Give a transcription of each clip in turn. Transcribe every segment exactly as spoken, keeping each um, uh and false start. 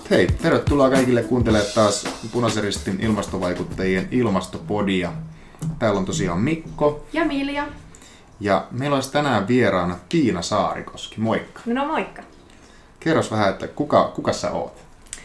Hei, tervetuloa kaikille kuuntelemaan taas Punaisen Ristin ilmastovaikuttajien ilmastopodia. Täällä on tosiaan Mikko. Ja Milja. Ja meillä olisi tänään vieraana Tiina Saarikoski. Moikka. No moikka. Kerros vähän, että kuka, kuka sä oot?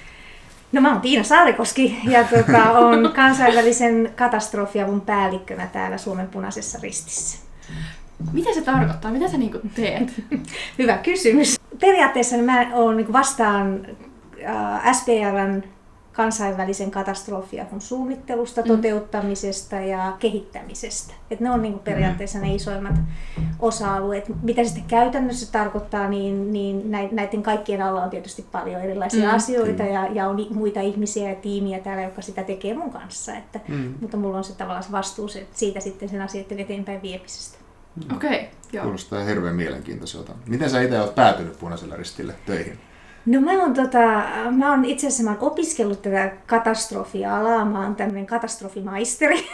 No mä oon Tiina Saarikoski ja tota, on kansainvälisen katastrofiavun päällikkönä täällä Suomen Punaisessa Ristissä. Mitä se tarkoittaa? Mitä sä niinku teet? Hyvä kysymys. Periaatteessa mä oon niin vastaan äh, S P R:n kansainvälisen katastrofiavun suunnittelusta, mm. toteuttamisesta ja kehittämisestä. Et ne on niin periaatteessa ne isoimmat osa-alueet. Mitä se sitten käytännössä tarkoittaa, niin, niin näiden kaikkien alla on tietysti paljon erilaisia mm. asioita ja, ja on muita ihmisiä ja tiimiä täällä, jotka sitä tekee mun kanssa. Että, mm. Mutta mulla on se tavallaan vastuu siitä sitten sen asioiden eteenpäin viemisestä. Mm. Okei, okay, joo. Kuulostaa hirveän mielenkiintoiselta. Miten sä itse olet päätynyt Punaiselle Ristille töihin? No mä oon, tota, mä oon itse asiassa mä oon opiskellut tätä katastrofia-alaa, mä oon tämmönen katastrofimaisteri,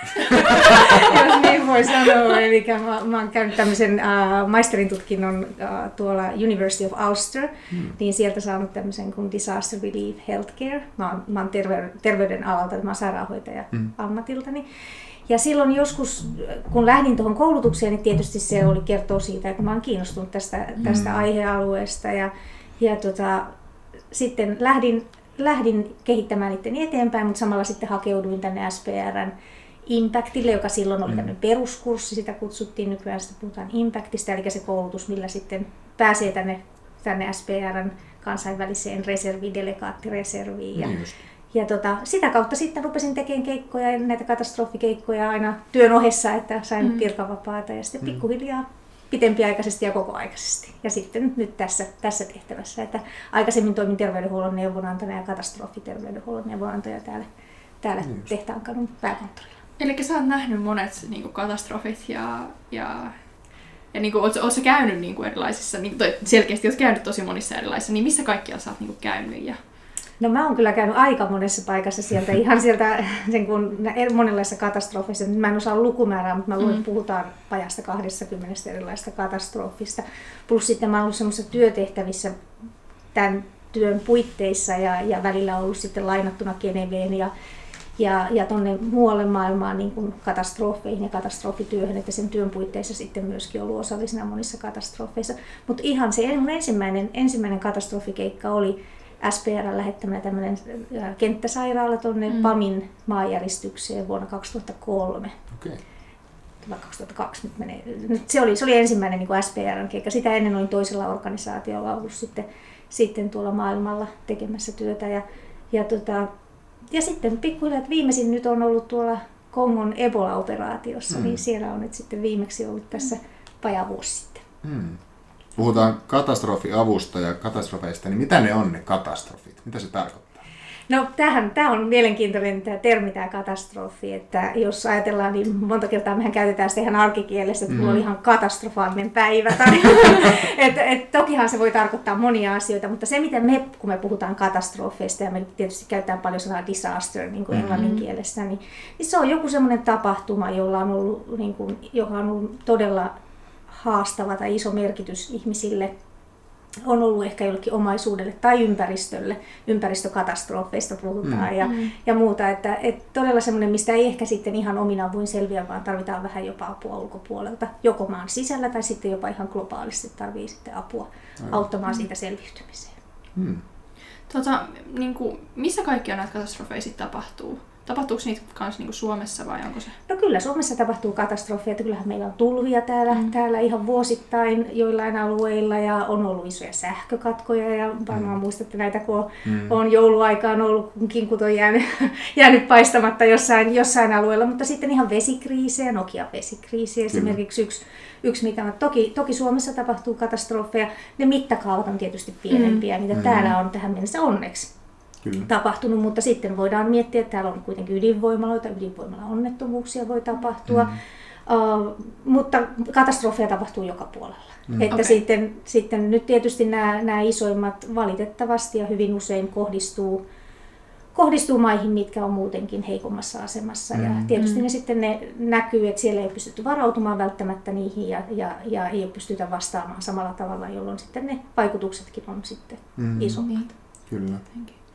jos niin voi sanoa. Eli mä, mä oon käynyt tämmöisen uh, maisterin tutkinnon uh, tuolla University of Ulster, hmm. niin sieltä saanut tämmöisen kuin Disaster Relief Healthcare. Mä oon, mä oon terve, terveyden alalta, mä oon sairaanhoitaja hmm. ammatiltani. Ja silloin joskus, kun lähdin tuohon koulutukseen, niin tietysti se oli kertoo siitä, että mä oon kiinnostunut tästä, tästä hmm. aihealueesta. Ja, ja tota, sitten lähdin, lähdin kehittämään itteni eteenpäin, mutta samalla sitten hakeuduin tänne S P R:n Impactille, joka silloin oli tämmöinen peruskurssi, sitä kutsuttiin, nykyään sitä puhutaan Impactista, eli se koulutus, millä sitten pääsee tänne, tänne S P R:n kansainväliseen reserviin, delegaattireserviin. Ja, mm, ja tota, sitä kautta sitten rupesin tekemään keikkoja, näitä katastrofikeikkoja aina työn ohessa, että sain mm. virkavapaata ja sitten pikkuhiljaa pitempiaikaisesti ja kokoaikaisesti. Ja sitten nyt tässä, tässä tehtävässä, että aikaisemmin toimin terveydenhuollon neuvonantana ja katastrofiterveydenhuollon neuvonantaja täällä, täällä Tehtaankadun pääkonttorilla. Eli sä oot nähnyt monet niin kuin katastrofit ja, ja, ja niin kuin, oot, oot sä käynyt niin kuin erilaisissa, niin, selkeästi oot käynyt tosi monissa erilaisissa, niin missä kaikkialla sä oot niin kuin käynyt? Ja... No mä oon kyllä käynyt aika monessa paikassa sieltä, ihan sieltä sen kun monenlaisissa katastrofeissa. Mä en osaa lukumäärää, mutta mä luulen, että puhutaan vajasta kaksikymmentä erilaisista katastrofista. Plus sitten mä oon ollut semmoisissa työtehtävissä tämän työn puitteissa ja, ja välillä ollut sitten lainattuna Geneveen ja, ja, ja tuonne muualle maailmaan niin kuin katastrofeihin ja katastrofityöhön, että sen työn puitteissa sitten myöskin ollut osallisena monissa katastrofeissa. Mutta ihan se mun ensimmäinen, ensimmäinen katastrofikeikka oli S P R:n lähettämänä tämmöinen kenttäsairaala tuonne mm. PAMin maanjäristykseen vuonna kaksituhattakolme. Okay. Tai kaksituhattakaksi nyt menee. Nyt se, oli, se oli ensimmäinen niin kuin S P R:n keikka. Sitä ennen olin toisella organisaatiolla ollut sitten, sitten tuolla maailmalla tekemässä työtä. Ja, ja, tota, ja sitten pikkuhiljaa, että viimeisin nyt on ollut tuolla Kongon Ebola-operaatiossa, mm. niin siellä on nyt sitten viimeksi ollut tässä vajaa vuosi sitten. Mm. Puhutaan katastrofiavusta ja katastrofeista, niin mitä ne on ne katastrofit? Mitä se tarkoittaa? No tämähän, tämä on mielenkiintoinen tämä termi, tämä katastrofi, että jos ajatellaan, niin monta kertaa mehän käytetään sitä ihan arkikielessä, että mm. mulla oli ihan katastrofaalinen päivä. et, et, tokihan se voi tarkoittaa monia asioita, mutta se mitä me, kun me puhutaan katastrofeista, ja me tietysti käytetään paljon sanaa disaster niin kuin mm-hmm. englannin kielessä, niin, niin se on joku semmoinen tapahtuma, jolla on ollut, niin kuin, joka on ollut todella haastava tai iso merkitys ihmisille, on ollut ehkä jollekin omaisuudelle tai ympäristölle, ympäristökatastrofeista puhutaan mm. ja, ja muuta. Että, et todella semmoinen, mistä ei ehkä sitten ihan omin avuin selviä, vaan tarvitaan vähän jopa apua ulkopuolelta, joko maan sisällä tai sitten jopa ihan globaalisti tarvii sitten apua Aivan. auttamaan siitä selviytymiseen. Mm. Tota, niin kuin, missä kaikkia näitä katastrofeja sitten tapahtuu? Tapahtuuko niitä myös niin kuin Suomessa vai onko se? No kyllä Suomessa tapahtuu katastrofeja, että kyllähän meillä on tulvia täällä, mm. täällä ihan vuosittain joillain alueilla ja on ollut isoja sähkökatkoja ja varmaan mm. muistatte näitä, kun mm. on jouluaikaan ollut, kun kinkut on jäänyt, jäänyt paistamatta jossain, jossain alueella, mutta sitten ihan vesikriisejä, Nokian vesikriisi esimerkiksi yksi, yksi mikä on. Toki, toki Suomessa tapahtuu katastrofeja, ne mittakaavat on tietysti pienempiä, mm. mitä mm. täällä on tähän mennessä onneksi. Kyllä. tapahtunut, mutta sitten voidaan miettiä, että täällä on kuitenkin ydinvoimaloita, ydinvoimala-onnettomuuksia voi tapahtua, mm. uh, mutta katastrofeja tapahtuu joka puolella. Mm. Että okay. sitten, sitten nyt tietysti nämä, nämä isoimmat valitettavasti ja hyvin usein kohdistuu, kohdistuu maihin, mitkä on muutenkin heikommassa asemassa. Mm. Ja tietysti mm. ne sitten ne näkyy, että siellä ei pystytty varautumaan välttämättä niihin ja, ja, ja ei ole pystytä vastaamaan samalla tavalla, jolloin sitten ne vaikutuksetkin on sitten mm. isommat. Kyllä.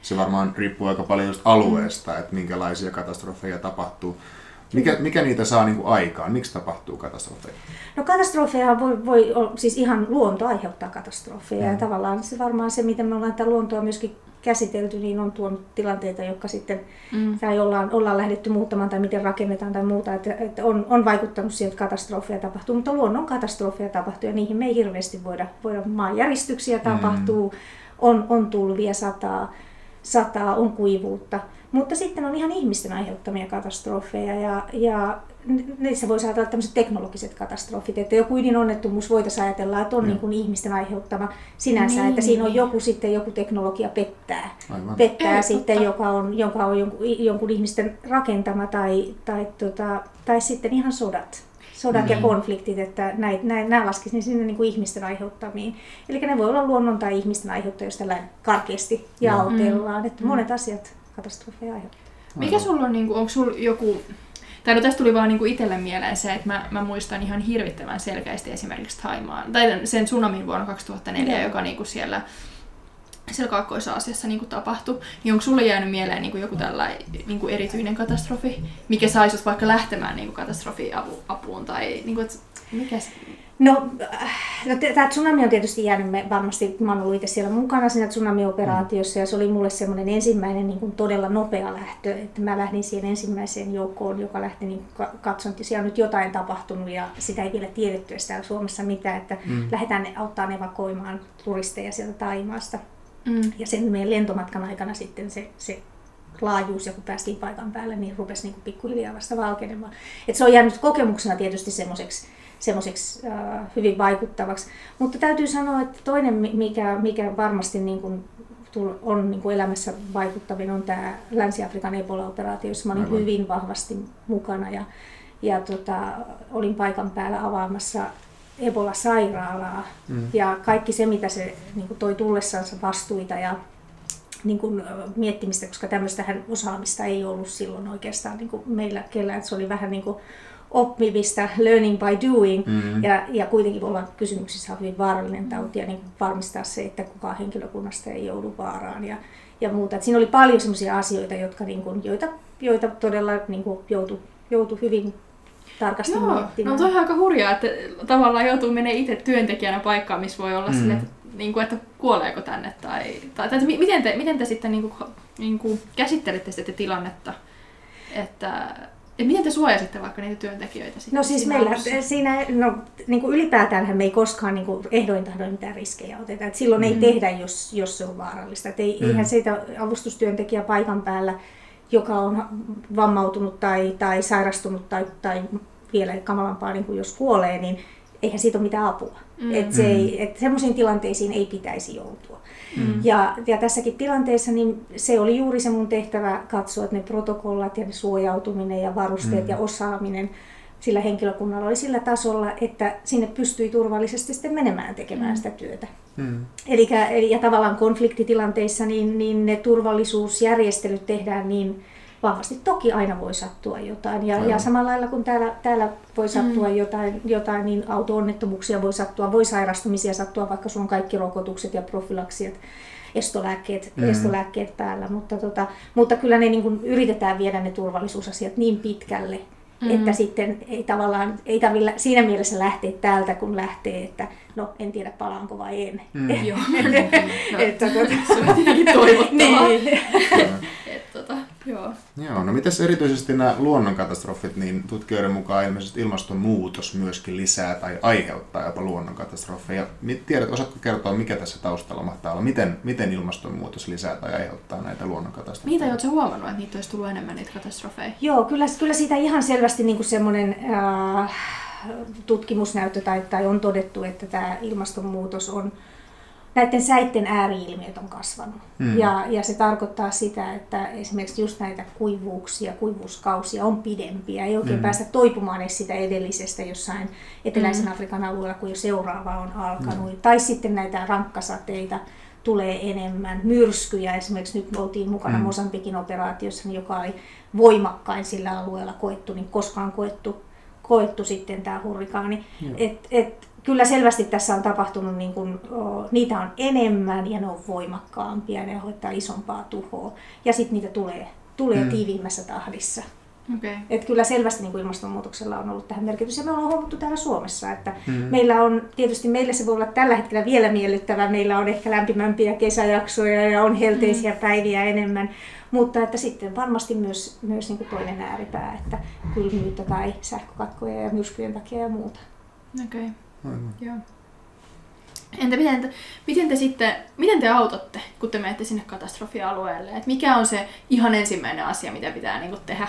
Se varmaan riippuu aika paljon just alueesta, mm. että minkälaisia katastrofeja tapahtuu. Mikä, mikä niitä saa niin kuin aikaan? Miksi tapahtuu katastrofeja? No katastrofeja voi, voi siis ihan luonto aiheuttaa katastrofeja. Mm. Ja tavallaan se varmaan se, miten me ollaan tätä luontoa myöskin käsitelty, niin on tuonut tilanteita, jotka sitten mm. tai ollaan, ollaan lähdetty muuttamaan tai miten rakennetaan tai muuta. Että, että on, on vaikuttanut siihen, että katastrofeja tapahtuu, mutta luonnon katastrofeja tapahtuu ja niihin me ei hirveästi voida, voida maanjäristyksiä tapahtuu, mm. on, on tulvia, sataa, sataa, on kuivuutta. Mutta sitten on ihan ihmisten aiheuttamia katastrofeja ja, ja niissä voisi ajatella tämmöiset teknologiset katastrofit, että joku ydinonnettomuus voitaisiin ajatella, että on mm. niin kuin ihmisten aiheuttama sinänsä, niin, että siinä on joku sitten joku teknologia pettää, Aivan. pettää Ei, sitten, joka on, joka on jonkun, jonkun ihmisten rakentama tai, tai, tota, tai sitten ihan sodat. Sodat mm. ja konfliktit, että näin, näin, nämä laskisivat sinne niin kuin ihmisten aiheuttamiin. Eli ne voi olla luonnon tai ihmisten aiheuttajia, jos tällä karkeasti jaotellaan, mm. että monet asiat katastrofeja aiheuttaa. Mikä sulla on, niin kuin, onko sulla joku, tai no tästä tuli vaan niin itselle mieleen se, että mä, mä muistan ihan hirvittävän selkeästi esimerkiksi Thaimaan, tai sen tsunamin vuonna kaksituhattaneljä, joka niin kuin siellä, siellä Kaakkois-Aasiassa niin kuin tapahtui, niin onko sulle jäänyt mieleen niin kuin joku tällainen niin kuin erityinen katastrofi, mikä saisi vaikka lähtemään niin kuin katastrofiapuun, tai niin kuin, että mikä se... No, no tämä tsunami on tietysti jäänyt me varmasti, mä oon ollut itse siellä mukana siinä tsunami-operaatiossa ja se oli mulle semmoinen ensimmäinen niin kuin todella nopea lähtö, että mä lähdin siihen ensimmäiseen joukkoon, joka lähti niin katsomaan, että siellä on nyt jotain tapahtunut ja sitä ei vielä tiedetty edes täällä Suomessa mitään, että mm. lähdetään auttaa evakuoimaan turisteja sieltä Thaimaasta. Mm. Ja sen meidän lentomatkan aikana sitten se, se laajuus, ja kun päästiin paikan päälle, niin rupesi niin kuin pikkuhiljaa vasta valkenemaan. Et se on jäänyt kokemuksena tietysti semmoiseksi semmoiseksi äh, hyvin vaikuttavaksi. Mutta täytyy sanoa, että toinen, mikä, mikä varmasti niin kuin on niin kuin elämässä vaikuttavin, on tämä Länsi-Afrikan Ebola-operaatio, jossa mä olin Aivan. hyvin vahvasti mukana. Ja, ja tota, olin paikan päällä avaamassa Ebola-sairaalaa. Mm. Ja kaikki se, mitä se niin kuin toi tullessansa vastuita ja niin kuin miettimistä, koska tämmöistähän osaamista ei ollut silloin oikeastaan niin kuin meillä kellään. Se oli vähän niin kuin oppimista, learning by doing, mm-hmm. ja, ja kuitenkin olla kysymyksissä on hyvin vaarallinen tauti ja niin varmistaa se, että kukaan henkilökunnasta ei joudu vaaraan ja, ja muuta. Et siinä oli paljon sellaisia asioita, jotka, niin kuin, joita, joita todella niin kuin joutui, joutui hyvin tarkasti Joo, miettimään. No on ihan aika hurjaa, että tavallaan joutuu menemään itse työntekijänä paikkaan, missä voi olla mm-hmm. sille, että, niin kuin, että kuoleeko tänne tai, tai, tai miten, te, miten te sitten niin kuin, niin kuin käsittelette sitä tilannetta, että ja miten te suojasitte vaikka niitä työntekijöitä sitten? No siis meillä siinä, no niin kuin ylipäätäänhän me ei koskaan niin kuin ehdoin tahdoin mitään riskejä oteta. Et silloin mm. ei tehdä, jos, jos se on vaarallista. Et ei, mm. Eihän siitä avustustyöntekijä paikan päällä, joka on vammautunut tai, tai sairastunut tai, tai vielä kamalampaa, niin kuin jos kuolee, niin eihän siitä ole mitään apua. Mm. Et se ei, et semmoisiin tilanteisiin ei pitäisi joutua. Mm. Ja, ja tässäkin tilanteessa niin se oli juuri se mun tehtävä katsoa, että ne protokollat ja ne suojautuminen ja varusteet mm. ja osaaminen sillä henkilökunnalla oli sillä tasolla, että sinne pystyi turvallisesti sitten menemään tekemään mm. sitä työtä. Mm. Elikkä, eli, ja tavallaan konfliktitilanteissa niin, niin ne turvallisuusjärjestelyt tehdään niin vahvasti. Toki aina voi sattua jotain. Ja, ja samalla lailla kun täällä, täällä voi sattua mm. jotain, jotain, niin auto-onnettomuuksia voi sattua, voi sairastumisia sattua, vaikka sulla on kaikki rokotukset ja profilaksiat, estolääkkeet, mm. estolääkkeet päällä. Mutta, tota, mutta kyllä ne niin kuin yritetään viedä ne turvallisuusasiat niin pitkälle, mm. että sitten ei tavallaan ei tarvitse siinä mielessä lähteä täältä, kun lähtee, että no en tiedä palaanko vai en. Mm. Joo. No, että, tota, se on tietenkin toivottavaa. Niin. Tota, joo. Joo, no mitäs erityisesti nämä luonnonkatastrofit, niin tutkijoiden mukaan ilmeisesti ilmastonmuutos myöskin lisää tai aiheuttaa jopa luonnonkatastrofeja. Tiedät, osaatko kertoa, mikä tässä taustalla mahtaa olla? Miten, miten ilmastonmuutos lisää tai aiheuttaa näitä luonnonkatastrofeja? Niitä oletko huomannut, että niitä olisi tullut enemmän niitä katastrofeja? Joo, kyllä, kyllä siitä ihan selvästi niin kuin semmoinen äh, tutkimusnäyttö tai, tai on todettu, että tämä ilmastonmuutos on näiden säitten ääri-ilmiöt on kasvanut. Mm. Ja, ja se tarkoittaa sitä, että esimerkiksi just näitä kuivuuksia, kuivuuskausia on pidempiä. Ei oikein mm. päästä toipumaan edes sitä edellisestä jossain eteläisen mm. Afrikan alueella, kun jo seuraava on alkanut. Mm. Tai sitten näitä rankkasateita tulee enemmän. Myrskyjä, esimerkiksi nyt me oltiin mukana mm. Mosambikin operaatiossa, joka oli voimakkain sillä alueella koettu, niin koskaan koettu, koettu sitten tämä hurrikaani. Mm. Et, et, kyllä selvästi tässä on tapahtunut, niin kuin, o, niitä on enemmän ja ne on voimakkaampia ja ne aiheuttaa isompaa tuhoa. Ja sitten niitä tulee, tulee mm. tiiviimmässä tahdissa. Okay. Et kyllä selvästi niin kuin ilmastonmuutoksella on ollut tähän merkitys. Ja me ollaan huomattu täällä Suomessa, että mm. meillä on, tietysti meille se voi olla tällä hetkellä vielä miellyttävää. Meillä on ehkä lämpimämpiä kesäjaksoja ja on helteisiä mm. päiviä enemmän. Mutta että sitten varmasti myös, myös niin kuin toinen ääripää, että kylmyyttä tai sähkökatkoja ja myrskyjen takia ja muuta. Okei. Okay. Joo. Entä miten te, miten te sitten, miten te autatte, kun te menette sinne katastrofialueelle? Et mikä on se ihan ensimmäinen asia, mitä pitää niin kuin tehdä?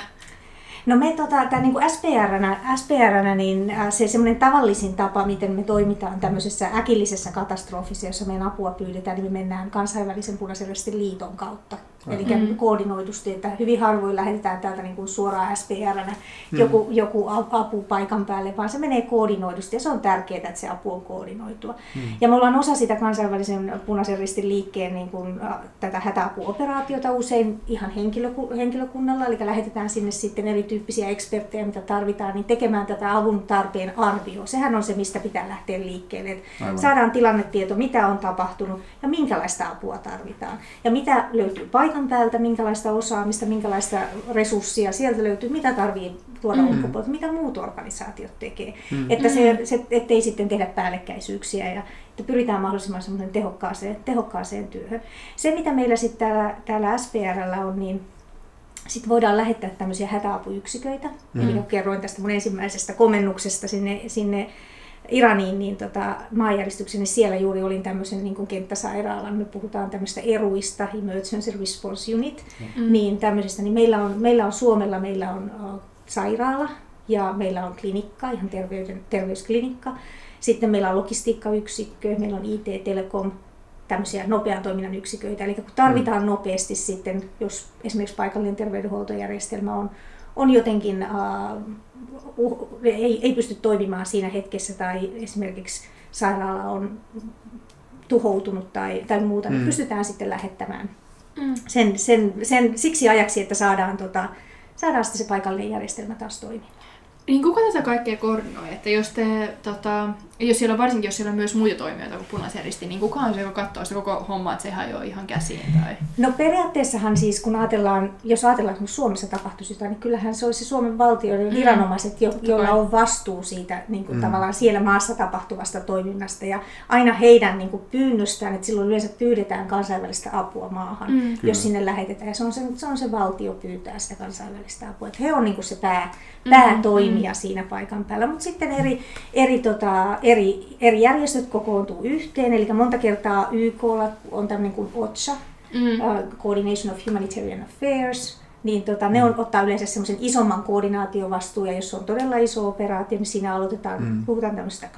No me tota, tää, niin kuin S P R:nä, S P R:nä niin se semmoinen tavallisin tapa, miten me toimitaan tämmöisessä äkillisessä katastrofissa, jossa meidän apua pyydetään, niin me mennään kansainvälisen Punaisen Ristin liiton kautta. Eli mm. koordinoidusti, että hyvin harvoin lähetetään täältä niin kuin suoraan S P R:nä mm. joku, joku apu paikan päälle, vaan se menee koordinoidusti ja se on tärkeää, että se apu on koordinoitua. Mm. Ja me ollaan osa sitä kansainvälisen Punaisen Ristin liikkeen niin kuin, tätä hätäapuoperaatiota usein ihan henkilöku- henkilökunnalla, eli lähetetään sinne sitten erityyppisiä eksperttejä, mitä tarvitaan, niin tekemään tätä avun tarpeen arvioa. Sehän on se, mistä pitää lähteä liikkeelle. Että saadaan tilannetieto, mitä on tapahtunut ja minkälaista apua tarvitaan ja mitä löytyy paikan päältä, minkälaista osaamista, minkälaista resurssia sieltä löytyy, mitä tarvitsee tuoda mm. ulkopuolelta, mitä muut organisaatiot tekee. Mm. Että se, se, ettei sitten tehdä päällekkäisyyksiä ja että pyritään mahdollisimman tehokkaaseen, tehokkaaseen työhön. Se, mitä meillä sitten täällä, täällä S P R:llä on, niin sitten voidaan lähettää tämmöisiä hätäapuyksiköitä. Mm. Eli kun kerroin tästä mun ensimmäisestä komennuksesta sinne, sinne Iraniin, niin tota, maanjäristyksen, niin siellä juuri olin tämmöisen niin kuin kenttäsairaalan, me puhutaan tämmöistä ERUista, Emergency Response Unit, mm. niin tämmöisestä, niin meillä on, meillä on Suomella, meillä on uh, sairaala ja meillä on klinikka, ihan terveyden, terveysklinikka, sitten meillä on logistiikkayksikkö, meillä on I T, Telekom, tämmöisiä nopean toiminnan yksiköitä, eli kun tarvitaan mm. nopeasti sitten, jos esimerkiksi paikallinen terveydenhuoltojärjestelmä on, on jotenkin uh, uh, ei, ei pysty toimimaan siinä hetkessä tai esimerkiksi sairaala on tuhoutunut tai, tai muuta, mm. niin pystytään sitten lähettämään mm. sen, sen, sen siksi ajaksi, että saadaan, tota, saadaan sitten se paikallinen järjestelmä taas toimimaan. Niin kuka tätä kaikkea koordinoi? Että jos te, tota, jos siellä, varsinkin jos siellä on myös muita toimijoita kuin Punaisen Ristin, niin kuka on se, joka katsoo sitä koko hommaa, että se hajoaa ihan käsiin? Tai? No periaatteessahan siis, kun ajatellaan, jos ajatellaan, että Suomessa tapahtuisi jotain, niin kyllähän se olisi Suomen valtioiden mm. viranomaiset, jo, joilla on vastuu siitä niin kuin mm. tavallaan siellä maassa tapahtuvasta toiminnasta. Ja aina heidän niin kuin pyynnöstään, että silloin yleensä pyydetään kansainvälistä apua maahan, mm. jos sinne lähetetään. Ja se on se, se on se valtio pyytää sitä kansainvälistä apua. Että he on niin kuin se pää, päätoimija mm. siinä paikan päällä. Mutta sitten eri, eri tota, Eri, eri järjestöt kokoontuu yhteen, eli monta kertaa Y K:lla on tämmöinen kuin O C H A, mm. uh, Coordination of Humanitarian Affairs, niin tota, ne on, ottaa yleensä semmoisen isomman koordinaatiovastuun, ja jos on todella iso operaatio, niin siinä aloitetaan, mm. puhutaan tämmöisestä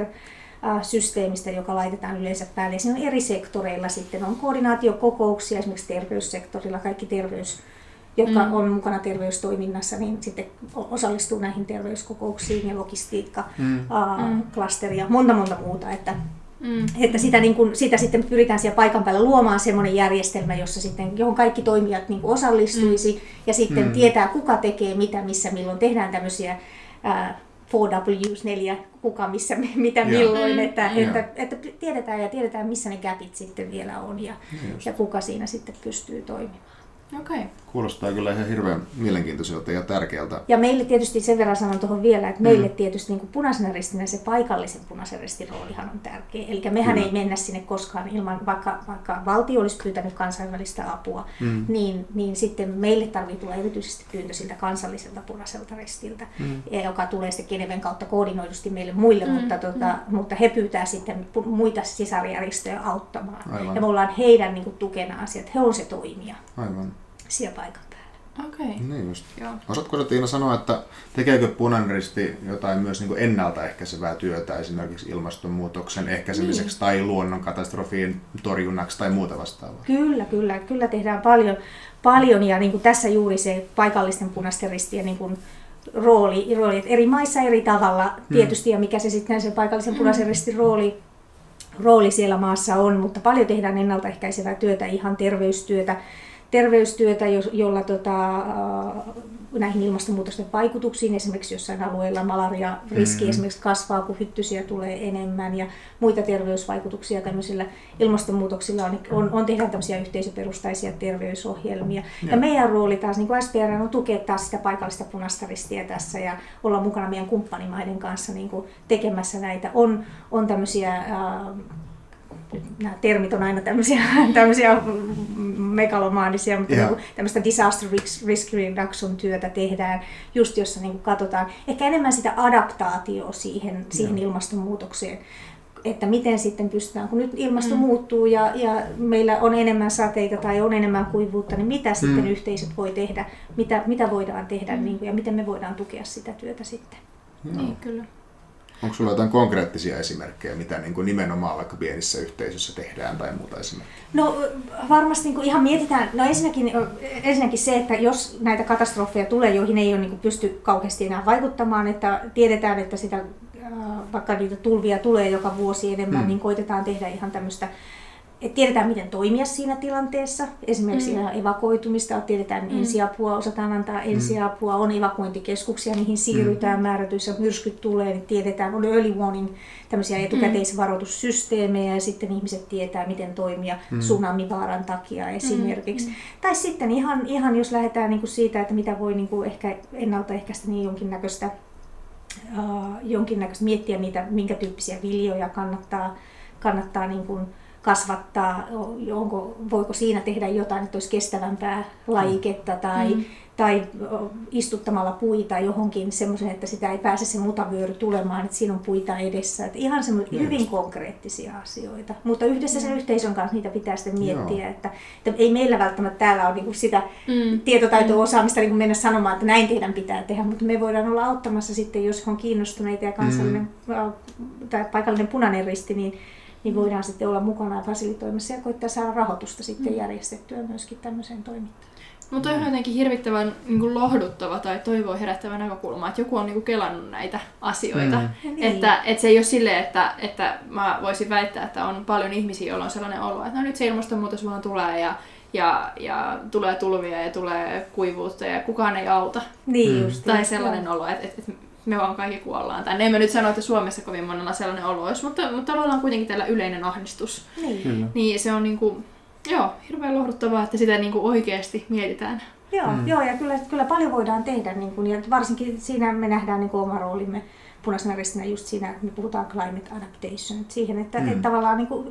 cluster-systeemistä, joka laitetaan yleensä päälle. Ja siinä on eri sektoreilla sitten on koordinaatiokokouksia, esimerkiksi terveyssektorilla, kaikki terveys, jotka mm. on mukana terveystoiminnassa, niin sitten osallistuu näihin terveyskokouksiin ja logistiikka, mm. uh, klasteri ja monta monta muuta. Että, mm. että sitä, niin kun, sitä sitten pyritään siellä paikan päällä luomaan semmoinen järjestelmä, jossa sitten, johon kaikki toimijat niin kun osallistuisi mm. ja sitten mm. tietää, kuka tekee mitä, missä, milloin. Tehdään tämmöisiä uh, neljä W S, neljä, kuka, missä, mitä, yeah. milloin, mm. että, yeah. että, että tiedetään ja tiedetään, missä ne gapit sitten vielä on ja, ja kuka siinä sitten pystyy toimimaan. Okay. Kuulostaa kyllä ihan hirveän mielenkiintoiselta ja tärkeältä. Ja meille tietysti sen verran sanon tuohon vielä, että meille mm. tietysti niin kuin Punaisena Ristinä se paikallisen Punaisen Ristin roolihan on tärkeä. Eli mehän kyllä. ei mennä sinne koskaan ilman, vaikka, vaikka valtio olisi pyytänyt kansainvälistä apua, mm. niin, niin sitten meille tarvitsee tulla erityisesti pyyntö siltä kansalliselta Punaiselta Ristiltä, mm. joka tulee sitten Geneven kautta koordinoidusti meille muille, mm. mutta, tuota, mm. mutta he pyytää sitten muita sisarjärjestöjä auttamaan. Aivan. Ja me ollaan heidän niin kuin, tukena asiat, he on se toimija. Aivan. Siellä paikan päällä. Okei. Okay. Niin just. Osaatko Tiina sanoa, että tekeekö Punainen Risti jotain myös niin kuin ennaltaehkäisevää työtä esimerkiksi ilmastonmuutoksen ehkäisemiseksi niin. tai luonnonkatastrofien torjunnaksi tai muuta vastaavaa? Kyllä, kyllä. Kyllä tehdään paljon, paljon ja niin kuin tässä juuri se paikallisten Punaisten Ristien niin kuin rooli, rooli eri maissa eri tavalla tietysti hmm. ja mikä se sitten se paikallisen Punaisen Ristin rooli, rooli siellä maassa on, mutta paljon tehdään ennaltaehkäisevää työtä, ihan terveystyötä. terveystyötä, jolla tota, näihin ilmastonmuutosten vaikutuksiin, esimerkiksi jossain alueella malaria-riski mm-hmm. esimerkiksi kasvaa, kun hyttysiä tulee enemmän ja muita terveysvaikutuksia tämmöisillä ilmastonmuutoksilla on, on, on tehdään tämmöisiä yhteisöperustaisia terveysohjelmia. Ja, ja meidän rooli taas niin kuin S P R on tukea taas sitä paikallista Punaista Ristiä tässä ja olla mukana meidän kumppanimaiden kanssa niin kuin tekemässä näitä. On, on tämmöisiä ää, nämä termit on aina tämmöisiä, tämmöisiä megalomaanisia, mutta yeah. niin tämmöistä disaster risk reduction työtä tehdään, just jossa niin katsotaan ehkä enemmän sitä adaptaatioa siihen, siihen yeah. ilmastonmuutokseen, että miten sitten pystytään, kun nyt ilmasto mm. muuttuu ja, ja meillä on enemmän sateita tai on enemmän kuivuutta, niin mitä mm. sitten yhteisöt voi tehdä, mitä, mitä voidaan tehdä mm. niin kuin, ja miten me voidaan tukea sitä työtä sitten. No. Niin, kyllä. Onko sulla jotain konkreettisia esimerkkejä, mitä niin kuin nimenomaan vaikka pienissä yhteisöissä tehdään tai muuta esimerkkejä? No varmasti niin kuin ihan mietitään, no ensinnäkin, ensinnäkin se, että jos näitä katastrofeja tulee, joihin ei ole niin kuin pysty kauheasti enää vaikuttamaan, että tiedetään, että sitä, vaikka niitä tulvia tulee joka vuosi enemmän, mm. niin koitetaan tehdä ihan tämmöistä, että tiedetään miten toimia siinä tilanteessa, esimerkiksi mm. evakuoitumista, tiedetään mm. ensiapua, osataan antaa ensiapua, on evakuointikeskuksia, niihin siirrytään, mm. määrätyissä myrskyt tulee, niin tiedetään, on early warning, tämmöisiä etukäteisvaroitussysteemejä ja sitten ihmiset tietää miten toimia mm. tsunamivaaran takia esimerkiksi. Mm. Tai sitten ihan, ihan jos lähdetään niin kuin siitä, että mitä voi niin kuin ehkä ennaltaehkäistä, niin jonkinnäköistä, uh, jonkinnäköistä miettiä niitä, minkä tyyppisiä viljoja kannattaa, kannattaa niin kuin kasvattaa, onko, voiko siinä tehdä jotain, että olisi kestävämpää lajiketta tai, mm. tai istuttamalla puita johonkin semmoisen, että sitä ei pääse se mutavyöry tulemaan, että siinä on puita edessä. Että ihan semmoisia hyvin konkreettisia asioita, mutta yhdessä sen yhteisön kanssa niitä pitää sitten miettiä, että, että ei meillä välttämättä täällä ole niinku sitä mm. tietotaito-osaamista niin mennä sanomaan, että näin teidän pitää tehdä, mutta me voidaan olla auttamassa sitten, jos on kiinnostuneita ja kansallinen mm. tai paikallinen Punainen Risti, niin niin voidaan sitten olla mukana ja fasilitoimassa ja koittaa saada rahoitusta sitten järjestettyä myöskin tämmöiseen toimintaan. Mutta on jotenkin hirvittävän niin kuin lohduttava tai toivoa herättävä näkökulma, että joku on niin kuin kelannut näitä asioita. Mm. Niin. Että, että se ei ole silleen, että, että mä voisin väittää, että on paljon ihmisiä, joilla on sellainen olo, että no nyt se ilmastonmuutos vaan tulee ja, ja, ja tulee tulvia ja tulee kuivuutta ja kukaan ei auta. Niin just, tai sellainen ja. olo, että, että, että me vaan kaikki kuollaan. Tai emme nyt sano, että Suomessa kovin monella sellainen olo olisi, mutta, mutta tavallaan kuitenkin tällä yleinen ahdistus. Niin, niin se on niinku, joo, hirveän lohduttavaa, että sitä niinku oikeasti mietitään. Joo, mm. joo ja kyllä, kyllä paljon voidaan tehdä. Niin kuin, ja varsinkin siinä me nähdään niin kuin oma roolimme Punaisena Ristinä just siinä, että me puhutaan climate adaptation. Että siihen, että, mm. että tavallaan niin kuin,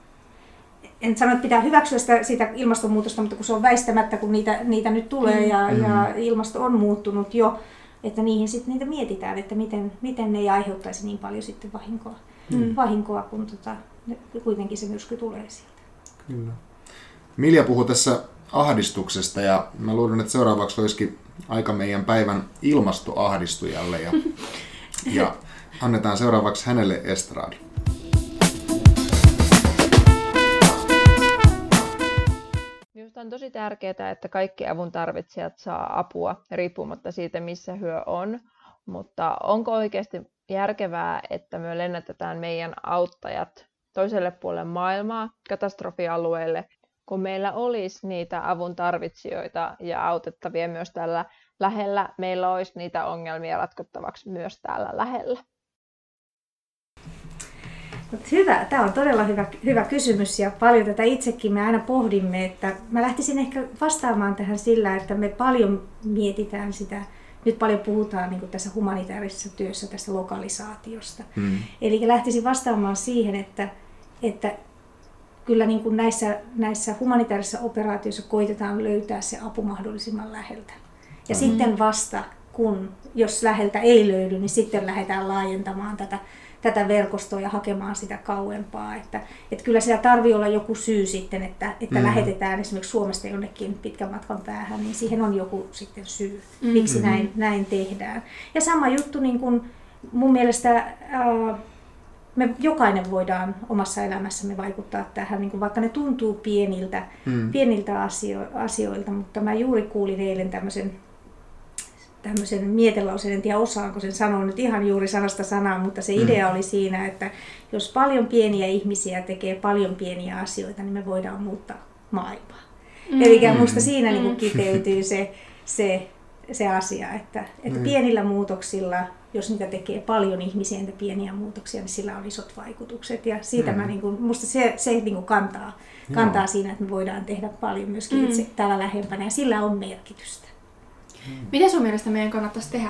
en sano, että pitää hyväksyä sitä, sitä ilmastonmuutosta, mutta kun se on väistämättä, kun niitä, niitä nyt tulee mm. ja, mm. ja ilmasto on muuttunut jo, että niihin sitten niitä mietitään, että miten, miten ne ei aiheuttaisi niin paljon sitten vahinkoa, mm. vahinkoa kun tota, kuitenkin se myrsky tulee sieltä. Kyllä. Milja puhui tässä ahdistuksesta ja mä luulen, että seuraavaksi olisikin aika meidän päivän ilmastoahdistujalle ja, ja annetaan seuraavaksi hänelle estradi. Minusta on tosi tärkeää, että kaikki avun tarvitsijat saa apua riippumatta siitä, missä hyö on, mutta onko oikeasti järkevää, että me lennätetään meidän auttajat toiselle puolelle maailmaa, katastrofialueelle, kun meillä olisi niitä avun tarvitsijoita ja autettavia myös täällä lähellä, meillä olisi niitä ongelmia ratkottavaksi myös täällä lähellä? Hyvä. Tämä on todella hyvä, hyvä kysymys ja paljon tätä itsekin me aina pohdimme, että mä lähtisin ehkä vastaamaan tähän sillä, että me paljon mietitään sitä, nyt paljon puhutaan niin kuin tässä humanitaarisessa työssä tästä lokalisaatiosta. Hmm. Eli lähtisin vastaamaan siihen, että, että kyllä niin kuin näissä, näissä humanitaarisissa operaatioissa koitetaan löytää se apu mahdollisimman läheltä. Ja hmm. sitten vasta, kun jos läheltä ei löydy, niin sitten lähdetään laajentamaan tätä tätä verkostoa ja hakemaan sitä kauempaa. Että, että kyllä siellä tarvii olla joku syy sitten, että, että mm. lähetetään esimerkiksi Suomesta jonnekin pitkän matkan päähän, niin siihen on joku sitten syy, mm. miksi mm-hmm. näin, näin tehdään. Ja sama juttu, niin kuin mun mielestä ää, me jokainen voidaan omassa elämässämme vaikuttaa tähän, niin kuin vaikka ne tuntuu pieniltä, mm. pieniltä asio- asioilta, mutta mä juuri kuulin eilen tämmöisen tämmöisen mietelauseen, en tiedä osaanko sen sanoa nyt ihan juuri sanasta sanaa, mutta se idea mm. oli siinä, että jos paljon pieniä ihmisiä tekee paljon pieniä asioita, niin me voidaan muuttaa maailmaa. Mm. Eli musta siinä mm. niin kuin kiteytyy se, se, se asia, että, että mm. pienillä muutoksilla, jos niitä tekee paljon ihmisiä, niitä pieniä muutoksia, niin sillä on isot vaikutukset. Ja siitä mm. mä, niin kuin, musta se, se niin kuin kantaa, kantaa siinä, että me voidaan tehdä paljon myöskin mm. itse täällä lähempänä, ja sillä on merkitystä. Mm. Mitä sun mielestä meidän kannattaisi tehdä?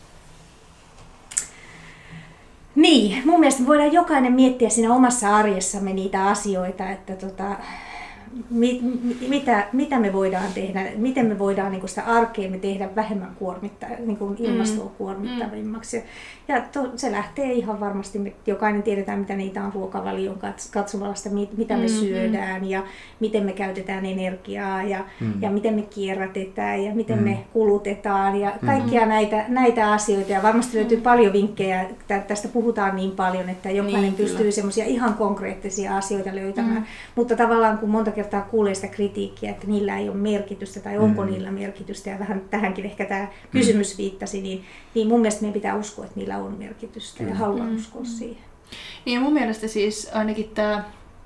Niin, mun mielestä me voidaan jokainen miettiä siinä omassa arjessamme niitä asioita, että tota, mit, mitä, mitä me voidaan tehdä, miten me voidaan niin kuin sitä arkeamme tehdä vähemmän kuormitta, niin kuin ilmastoa kuormittavimmaksi. Mm. Ja to, se lähtee ihan varmasti, me jokainen tiedetään, mitä niitä on ruokavalion katsomalla, mitä me mm, syödään mm. ja miten me käytetään energiaa ja, mm. ja miten me kierrätetään ja miten mm. me kulutetaan ja kaikkia mm. näitä, näitä asioita. Ja varmasti löytyy mm. paljon vinkkejä, tästä puhutaan niin paljon, että jokainen niin, pystyy semmoisia ihan konkreettisia asioita löytämään. Mm. Mutta tavallaan kun monta kertaa kuulee sitä kritiikkiä, että niillä ei ole merkitystä tai onko mm. niillä merkitystä ja vähän tähänkin ehkä tämä kysymys viittasi, niin, niin mun mielestä meidän pitää uskoa, että niillä on merkitystä ja haluan mm. uskoa siihen. Niin ja mun mielestä siis ainakin tämä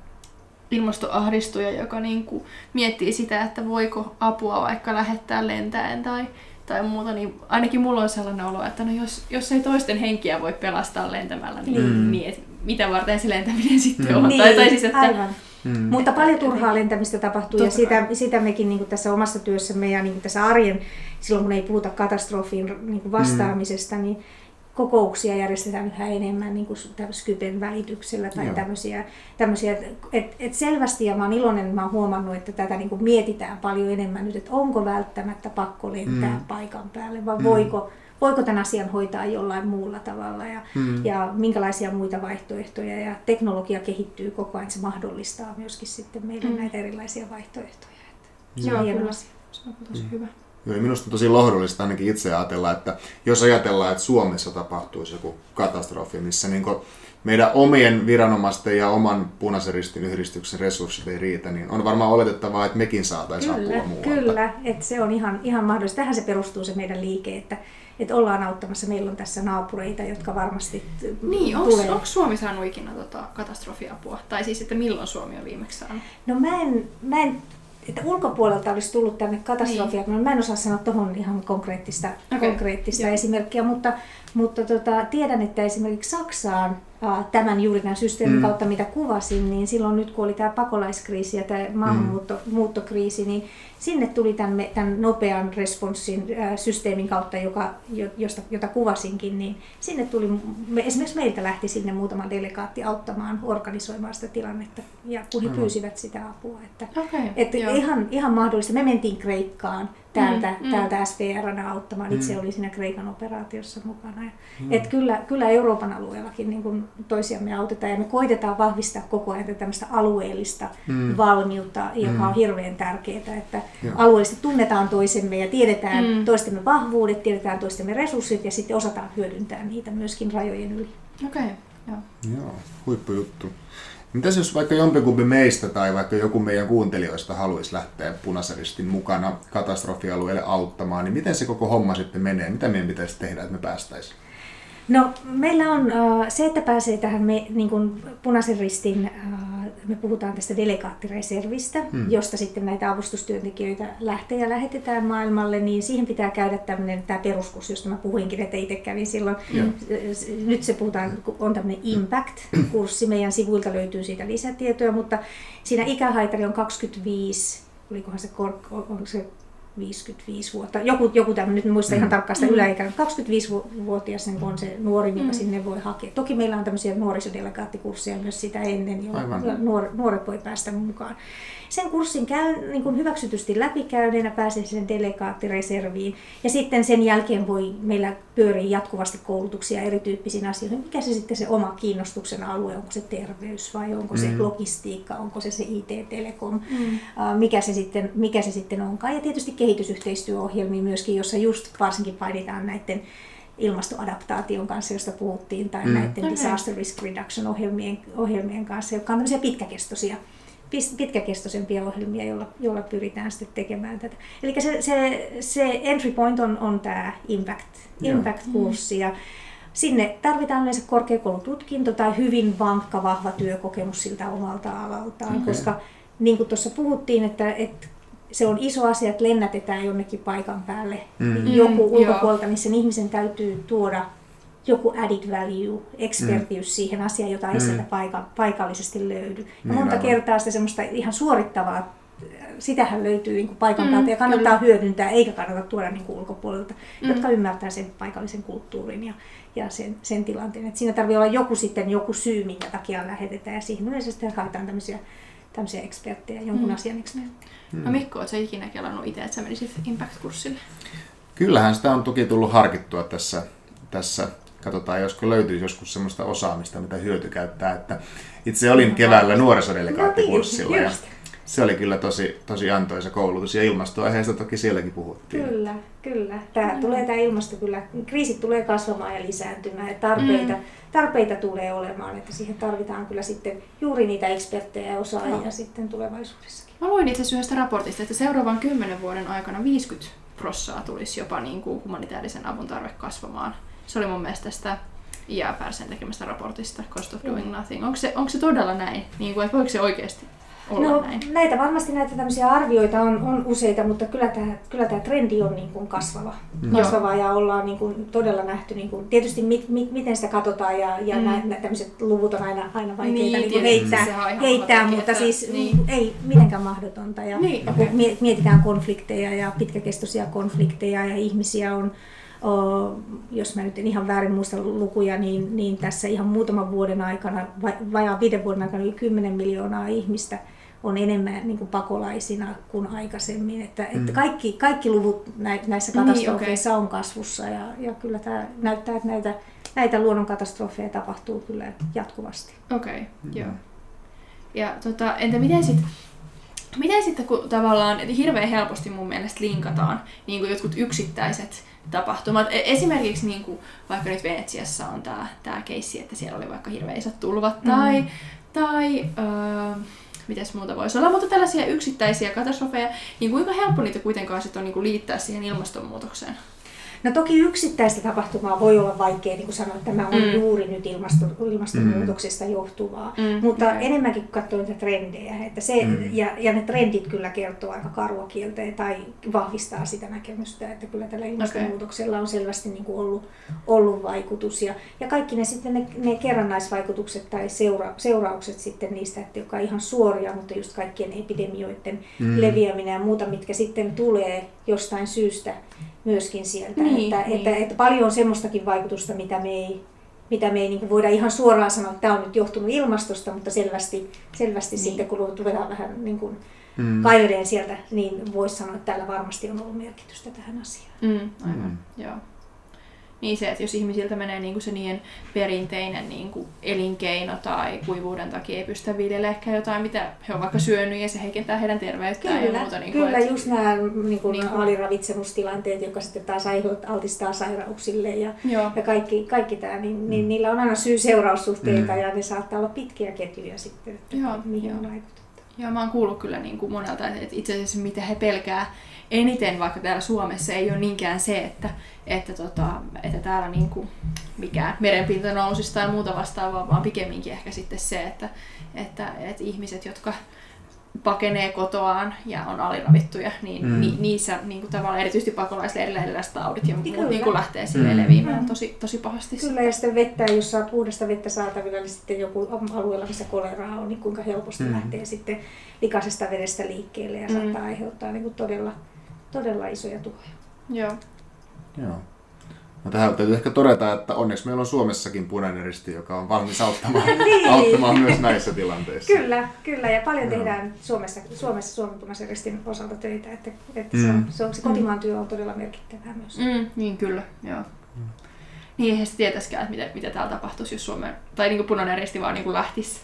ilmastoahdistuja, joka niinku miettii sitä, että voiko apua vaikka lähettää lentäen tai, tai muuta, niin ainakin mulla on sellainen olo, että no jos, jos ei toisten henkiä voi pelastaa lentämällä, niin, mm. niin et, mitä varten se lentäminen sitten mm. on? Niin, tai, tai siis, että, aivan. Mm. Mutta paljon turhaa lentämistä tapahtuu Totta ja sitä, sitä mekin niin kuin tässä omassa työssämme ja niin kuin tässä arjen, silloin kun ei puhuta katastrofiin niin kuin vastaamisesta, mm. niin kokouksia järjestetään yhä enemmän niin kuin Skypen välityksellä tai Joo. tämmöisiä, tämmöisiä että et selvästi, ja mä oon iloinen, että mä oon huomannut, että tätä niin kuin mietitään paljon enemmän nyt, että onko välttämättä pakko lentää mm. paikan päälle vai mm. voiko, voiko tämän asian hoitaa jollain muulla tavalla ja, mm. ja minkälaisia muita vaihtoehtoja, ja teknologia kehittyy koko ajan, se mahdollistaa myöskin sitten meille mm. näitä erilaisia vaihtoehtoja. Että se on hieno asia, se on tosi mm. hyvä. Joo, minusta on tosi lohdullista ainakin itse ajatella, että jos ajatellaan, että Suomessa tapahtuisi joku katastrofi, missä niin meidän omien viranomaisten ja oman Punaisen Ristin yhdistyksen resurssit ei riitä, niin on varmaan oletettavaa, että mekin saataisiin apua muualta. Kyllä, että se on ihan, ihan mahdollista. Tähän se perustuu se meidän liike, että, että ollaan auttamassa. Meillä on tässä naapureita, jotka varmasti niin, tulee. Onko Suomi saanut ikinä tota katastrofiapua? Tai siis, että milloin Suomi on viimeksi saanut? No mä en... Mä en että ulkopuolelta olisi tullut tänne katastrofia, niin. Mä en osaa sanoa tuohon ihan konkreettista, okay. konkreettista esimerkkiä, mutta, mutta tota, tiedän, että esimerkiksi Saksaan ää, tämän juuri tämän systeemin mm. kautta, mitä kuvasin, niin silloin nyt kun oli tämä pakolaiskriisi ja tämä maahanmuuttokriisi, niin sinne tuli tämän, tämän nopean responssin ää, systeemin kautta, joka, josta, jota kuvasinkin, niin sinne tuli, me, esimerkiksi meiltä lähti sinne muutama delegaatti auttamaan, organisoimaan sitä tilannetta, ja kun he mm. pyysivät sitä apua. Että, okay. että ihan, ihan mahdollista. Me mentiin Kreikkaan täältä, mm, täältä S V R:nä auttamaan. Itse mm. oli siinä Kreikan operaatiossa mukana. Ja, mm. et kyllä, kyllä Euroopan alueellakin niin kun toisiamme autetaan ja me koitetaan vahvistaa koko ajan tämmöistä alueellista mm. valmiutta, joka mm. on hirveän tärkeää, että Joo. alueellisesti tunnetaan toisemme ja tiedetään mm. toistemme vahvuudet, tiedetään toistemme resurssit ja sitten osataan hyödyntää niitä myöskin rajojen yli. Okei, okay. Joo. Joo, huippujuttu. Mitäs jos vaikka jompikumpi meistä tai vaikka joku meidän kuuntelijoista haluaisi lähteä Punaisen Ristin mukana katastrofialueelle auttamaan, niin miten se koko homma sitten menee? Mitä meidän pitäisi tehdä, että me päästäisiin? No meillä on uh, se, että pääsee tähän me, niin kuin Punaisen Ristin, uh, me puhutaan tästä delegaattireservistä, hmm. josta sitten näitä avustustyöntekijöitä lähtee ja lähetetään maailmalle, niin siihen pitää käydä tämmöinen tämä peruskurssi, josta mä puhuinkin, että itse kävin silloin. Hmm. Nyt se puhutaan, on tämmöinen Impact-kurssi, meidän sivuilta löytyy siitä lisätietoja, mutta siinä ikähaitari on kaksikymmentäviisi, olikohan se, kork, onko se viisikymmentäviisi vuotta, joku, joku tämmöinen, nyt en muista ihan tarkkaan sitä mm. yläikää, kaksikymmentäviisivuotias on se nuori, joka mm. sinne voi hakea. Toki meillä on tämmöisiä nuorisodelegaattikursseja myös sitä ennen, joilla nuor, nuoret voi päästä mukaan. Sen kurssin käy, niin kuin hyväksytysti läpikäyneenä pääsee sen delegaattireserviin ja sitten sen jälkeen voi meillä pyörii jatkuvasti koulutuksia erityyppisiin asioihin. Mikä se sitten se oma kiinnostuksen alue, onko se terveys vai onko se mm. logistiikka, onko se se I T-telekom, mm. mikä, se sitten, mikä se sitten onkaan. Ja tietysti kehitysyhteistyöohjelmia myöskin, jossa just varsinkin painitaan näiden ilmastoadaptaation kanssa, josta puhuttiin, tai mm. näiden okay. disaster risk reduction ohjelmien, ohjelmien kanssa, jotka on tämmöisiä pitkäkestoisia. pitkäkestoisempia ohjelmia, joilla, joilla pyritään sitten tekemään tätä. Eli se, se, se entry point on, on tämä Impact, Impact-kurssi. Ja sinne tarvitaan yleensä korkeakoulututkinto tai hyvin vankka, vahva työkokemus siltä omalta alaltaan, okay. koska niin kuin tuossa puhuttiin, että, että se on iso asia, että lennätetään jonnekin paikan päälle Mm. joku Mm, ulkopuolelta, niin sen ihmisen täytyy tuoda joku added value, expertise mm. siihen asiaan, jota ei mm. sieltä paika, paikallisesti löydy. Ja niin, monta aivan. kertaa sitä semmoista ihan suorittavaa, sitähän löytyy niin kuin paikan Mm, päältä ja kannattaa kyllä. hyödyntää, eikä kannata tuoda niin kuin ulkopuolelta, Mm. jotka ymmärtää sen paikallisen kulttuurin ja, ja sen, sen tilanteen. Et siinä tarvitsee olla joku sitten joku syy, minkä takia lähetetään, ja siihen yleensä sitten haetaan tämmöisiä, tämmöisiä eksperttejä, jonkun Mm. asian eksperttejä. No Mikko, ootko sä ikinä kelannut itse, että sä menisit Impact-kurssille? Kyllähän sitä on toki tullut harkittua tässä. tässä. Katsotaan, josko löytyisi joskus sellaista osaamista, mitä hyötykäyttää. Että itse olin keväällä nuorisodelegaattikurssilla ja se oli kyllä tosi, tosi antoisa koulutus ja ilmastoaiheesta toki sielläkin puhuttiin. Kyllä, kyllä. Tämä, mm. tulee, tämä ilmasto kyllä, kriisit tulee kasvamaan ja lisääntymään ja tarpeita, mm. tarpeita tulee olemaan, että siihen tarvitaan kyllä sitten juuri niitä eksperttejä ja osaajia no. sitten tulevaisuudessakin. Mä luin itse asiassa yhdestä raportista, että seuraavan kymmenen vuoden aikana viisikymmentä prosenttia tulisi jopa niin kuin humanitaarisen avun tarve kasvamaan. Se oli mun mielestä tästä I A F R:n tekemästä raportista, Cost of Doing Nothing. Onko se, onko se todella näin? Niin kuin, että voiko se oikeasti olla no, näin? Näitä varmasti näitä tämmöisiä arvioita on, on useita, mutta kyllä tämä, kyllä tämä trendi on niin kuin kasvava. Mm. kasvava ja ollaan niin kuin todella nähty, niin kuin, tietysti mit, mit, miten sitä katsotaan ja, ja mm. nä, tämmöiset luvut on aina, aina vaikeita niin, niin heittää, heittää mutta että, siis niin. ei mitenkään mahdotonta. Ja, niin, ja kun mietitään konflikteja ja pitkäkestoisia konflikteja ja ihmisiä on, O, jos mä nyt en ihan väärin muista lukuja, niin, niin tässä ihan muutaman vuoden aikana, vajaan viiden vuoden aikana yli kymmenen miljoonaa ihmistä on enemmän niin kuin pakolaisina kuin aikaisemmin. Että, mm. että kaikki, kaikki luvut näissä katastrofeissa niin, okay. on kasvussa ja, ja kyllä tämä näyttää, että näitä, näitä luonnonkatastrofeja tapahtuu kyllä jatkuvasti. Okei, okay, mm. joo. Ja tota, entä miten sitten? Miten sitten, kun tavallaan hirveän helposti mun mielestä linkataan niin kuin jotkut yksittäiset tapahtumat. Esimerkiksi niin kuin, vaikka nyt Venetsiassa on tämä tää keissi, että siellä oli vaikka hirveän isot tulvat tai, mm. tai öö, mitäs muuta voisi olla, mutta tällaisia yksittäisiä katastrofeja, niin kuinka helppo niitä kuitenkaan sit on niin kuin liittää siihen ilmastonmuutokseen? No toki yksittäistä tapahtumaa voi olla vaikea niin kuin sanoa, että tämä on mm. juuri nyt ilmaston, ilmastonmuutoksesta mm. johtuvaa, mm. mutta okay. enemmänkin kun katsoo niitä trendejä, että se, mm. ja, ja ne trendit kyllä kertoo aika karua kieltä tai vahvistaa sitä näkemystä, että kyllä tällä ilmastonmuutoksella on selvästi niin kuin ollut, ollut vaikutus ja, ja kaikki ne, sitten ne, ne kerrannaisvaikutukset tai seura, seuraukset sitten niistä, että joka on ihan suoria, mutta just kaikkien epidemioiden mm. leviäminen ja muuta, mitkä sitten tulee jostain syystä myöskin sieltä, niin, että, niin. Että, että paljon on semmoistakin vaikutusta, mitä me ei, mitä me ei niin kuin voida ihan suoraan sanoa, että tämä on nyt johtunut ilmastosta, mutta selvästi, selvästi niin. sitten kun ruvetaan vähän niin kuin mm. kaivereen sieltä, niin voisi sanoa, että tällä varmasti on ollut merkitystä tähän asiaan. Mm, aivan, mm. joo. Niin se, että jos ihmisiltä menee niinku se niiden perinteinen niinku elinkeino tai kuivuuden takia ei pystytä viljelemään jotain, mitä he on vaikka syönyt ja se heikentää heidän terveyttään kyllä, ja muuta. Niinku, kyllä, et, just nämä niinku, niinku, aliravitsemustilanteet, jotka sitten taas altistaa sairauksille ja, ja kaikki, kaikki tämä, niin, mm. niin niillä on aina syy-seuraussuhteita mm. ja ne saattaa olla pitkiä ketjuja sitten, että joo, mihin joo. on vaikutettu. Joo, mä oon kuullut kyllä niin kuin monelta, että itse asiassa mitä he pelkää eniten vaikka täällä Suomessa ei ole niinkään se, että, että, tota, että täällä niin kuin mikään merenpinta nousisi tai muuta vastaavaa, vaan pikemminkin ehkä sitten se, että, että, että ihmiset, jotka pakenee kotoaan ja on aliravittuja, niin mm. ni, niissä niin kuin tavallaan erityisesti pakolaisleirillä erilaiset taudit ja muut niin kuin lähtee silleen mm. leviämään tosi, tosi pahasti. Kyllä, ja sitten vettä, jos saa puhdasta vettä saatavilla, niin sitten joku alueella, missä koleraa on, niin kuinka helposti mm. lähtee sitten likaisesta vedestä liikkeelle ja saattaa mm. aiheuttaa niin kuin todella, todella isoja tuhoja. Joo. Joo. No tähän täytyy ehkä todeta, että onneksi meillä on Suomessakin Punainen Risti, joka on valmis auttamaan, niin. auttamaan myös näissä tilanteissa. Kyllä, kyllä ja paljon no. tehdään Suomessa, Suomessa Suomen Punaisen Ristin osalta töitä, että, että mm. se, on, se, on, se kotimaan työ on todella merkittävää myös. Mm, niin kyllä, joo. Mm. Niin eihän se tietäisikään, että mitä, mitä täällä tapahtuisi, jos Suomen, tai niin kuin Punainen Risti vaan niin kuin lähtisi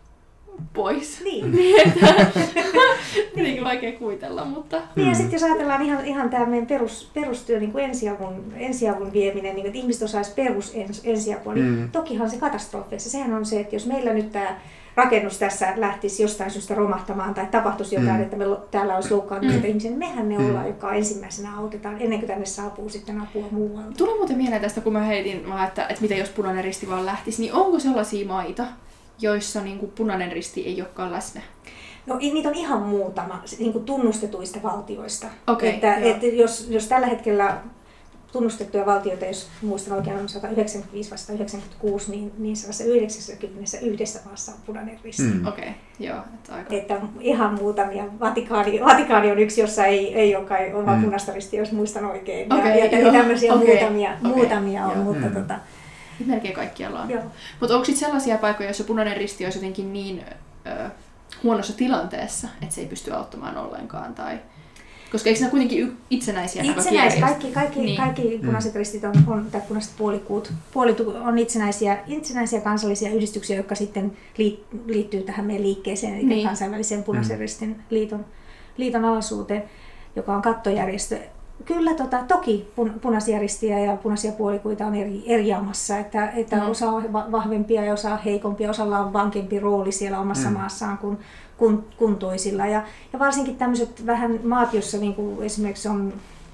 pois. Niin. niin että, niin vaikea kuvitella, mutta... Niin ja sitten jos ajatellaan ihan, ihan tämä meidän perus, perustyö, niin kuin ensiavun, ensiavun vieminen, niin että ihmiset osaisi perus ens, ensiapua, niin mm. tokihan se katastrofeissa. Sehän on se, että jos meillä nyt tämä rakennus tässä lähtisi jostain syystä romahtamaan tai tapahtuisi jotain, mm. että me täällä olisi loukkaantuneita mm. ihmisiä, niin mehän ne mm. ollaan, jotka ensimmäisenä autetaan, ennen kuin tänne saapuu sitten apua muualta. Tuli muuten mieleen tästä, kun mä heitin, että, että mitä jos Punainen Risti vaan lähtisi, niin onko sellaisia maita, joissa niin kuin punainen risti ei olekaan läsnä? No niitä on ihan muutama niin kuin tunnustetuista valtioista. Okay, että, että jos, jos tällä hetkellä tunnustettuja valtioita, jos muistan oikein on sata yhdeksänkymmentäviisi vasta yhdeksänkymmentäkuusi, niin, niin sata yhdeksänkymmentäyksi maassa on punainen risti. Mm. Okei, okay, joo. Että, aika... että ihan muutamia. Vatikaani, Vatikaani on yksi, jossa ei, ei ole kai omaa mm. punaista ristiä, jos muistan oikein. Okay, ja, ja tämmöisiä okay, muutamia, okay, muutamia on, joo. mutta Mm. tota... melkein kaikkialla on. Mutta onko sitten sellaisia paikkoja, joissa punainen risti olisi jotenkin niin ö, huonossa tilanteessa, että se ei pysty auttamaan ollenkaan? Tai... Koska eikö ne kuitenkin itsenäisiä? Itsenäisiä. Kaikki, kaikki, niin. kaikki punaiset ristit on, on, tai punaiset puolikuut puolitu, on itsenäisiä, itsenäisiä kansallisia yhdistyksiä, jotka sitten liittyy tähän meidän liikkeeseen, eli niin. kansainväliseen punaisen ristin liiton, liiton alaisuuteen, joka on kattojärjestö. Kyllä tota, toki punaisia ristiä ja punaisia puolikuita on eri, eri jamassa, että, että mm. osa on vahvempia ja osa on heikompia, osalla on vankempi rooli siellä omassa mm. maassaan kuin kun, kun toisilla. Ja, ja varsinkin tämmöiset vähän maat, joissa niin kuin esimerkiksi on,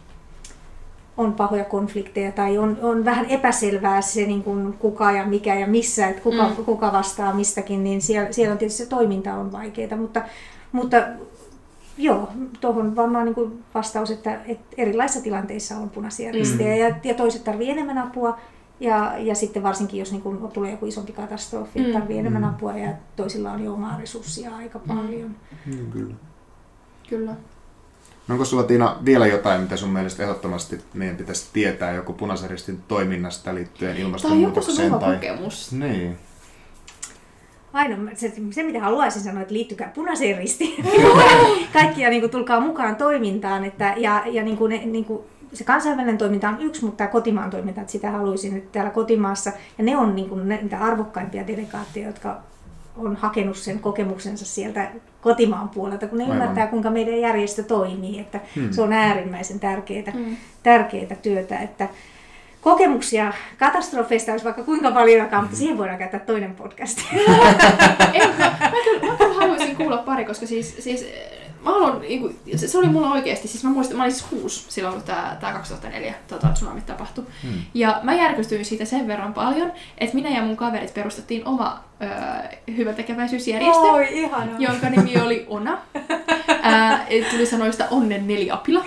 on pahoja konflikteja tai on, on vähän epäselvää se niin kuin kuka ja mikä ja missä, että kuka, mm. kuka vastaa mistäkin, niin siellä, siellä on tietysti se toiminta on vaikeaa, mutta, mutta joo, tuohon varmaan niin kuin vastaus, että, että erilaisissa tilanteissa on punaisia ristejä mm. ja, ja toiset tarvitsevat enemmän apua ja, ja sitten varsinkin, jos niin kuin tulee joku isompi katastrofi, mm. tarvitsee enemmän apua ja toisilla on jo omaa resurssia aika paljon. Mm, kyllä. Kyllä. No, onko sulla, Tiina, vielä jotain, mitä sun mielestä ehdottomasti meidän pitäisi tietää joku punaisen ristin toiminnasta liittyen ilmastonmuutokseen? Tai joku sun kokemus. Niin. Aino, se, se, mitä haluaisin sanoa, että liittykää punaiseen ristiin. Kaikkia niin kuin, tulkaa mukaan toimintaan. Että, ja ja niin kuin, ne, niin kuin, se kansainvälinen toiminta on yksi, mutta tämä kotimaan toiminta, että sitä haluaisin nyt täällä kotimaassa. Ja ne on niin kuin, ne, niitä arvokkaimpia delegaatteja, jotka on hakenut sen kokemuksensa sieltä kotimaan puolelta, kun ne Aivan. ymmärtää, kuinka meidän järjestö toimii. Että hmm. se on äärimmäisen tärkeää, hmm. tärkeää työtä. Että kokemuksia katastrofeista olisi vaikka kuinka paljon, mutta siihen voidaan käyttää toinen podcast. Ei, mä, mä, kyllä, mä kyllä haluaisin kuulla pari, koska siis, siis mä haluan, se, se oli mulla oikeasti, siis mä muistan, mä olin siis kuusi silloin, kun tää, tää kaksituhattaneljä tota, tsunamit tapahtui. Hmm. Ja mä järkystyin siitä sen verran paljon, että minä ja mun kaverit perustettiin oma öö, hyväntekeväisyysjärjestö, Oi, ihanaa. jonka nimi oli Ona. Ää, tuli sanoista Onnen neliapila.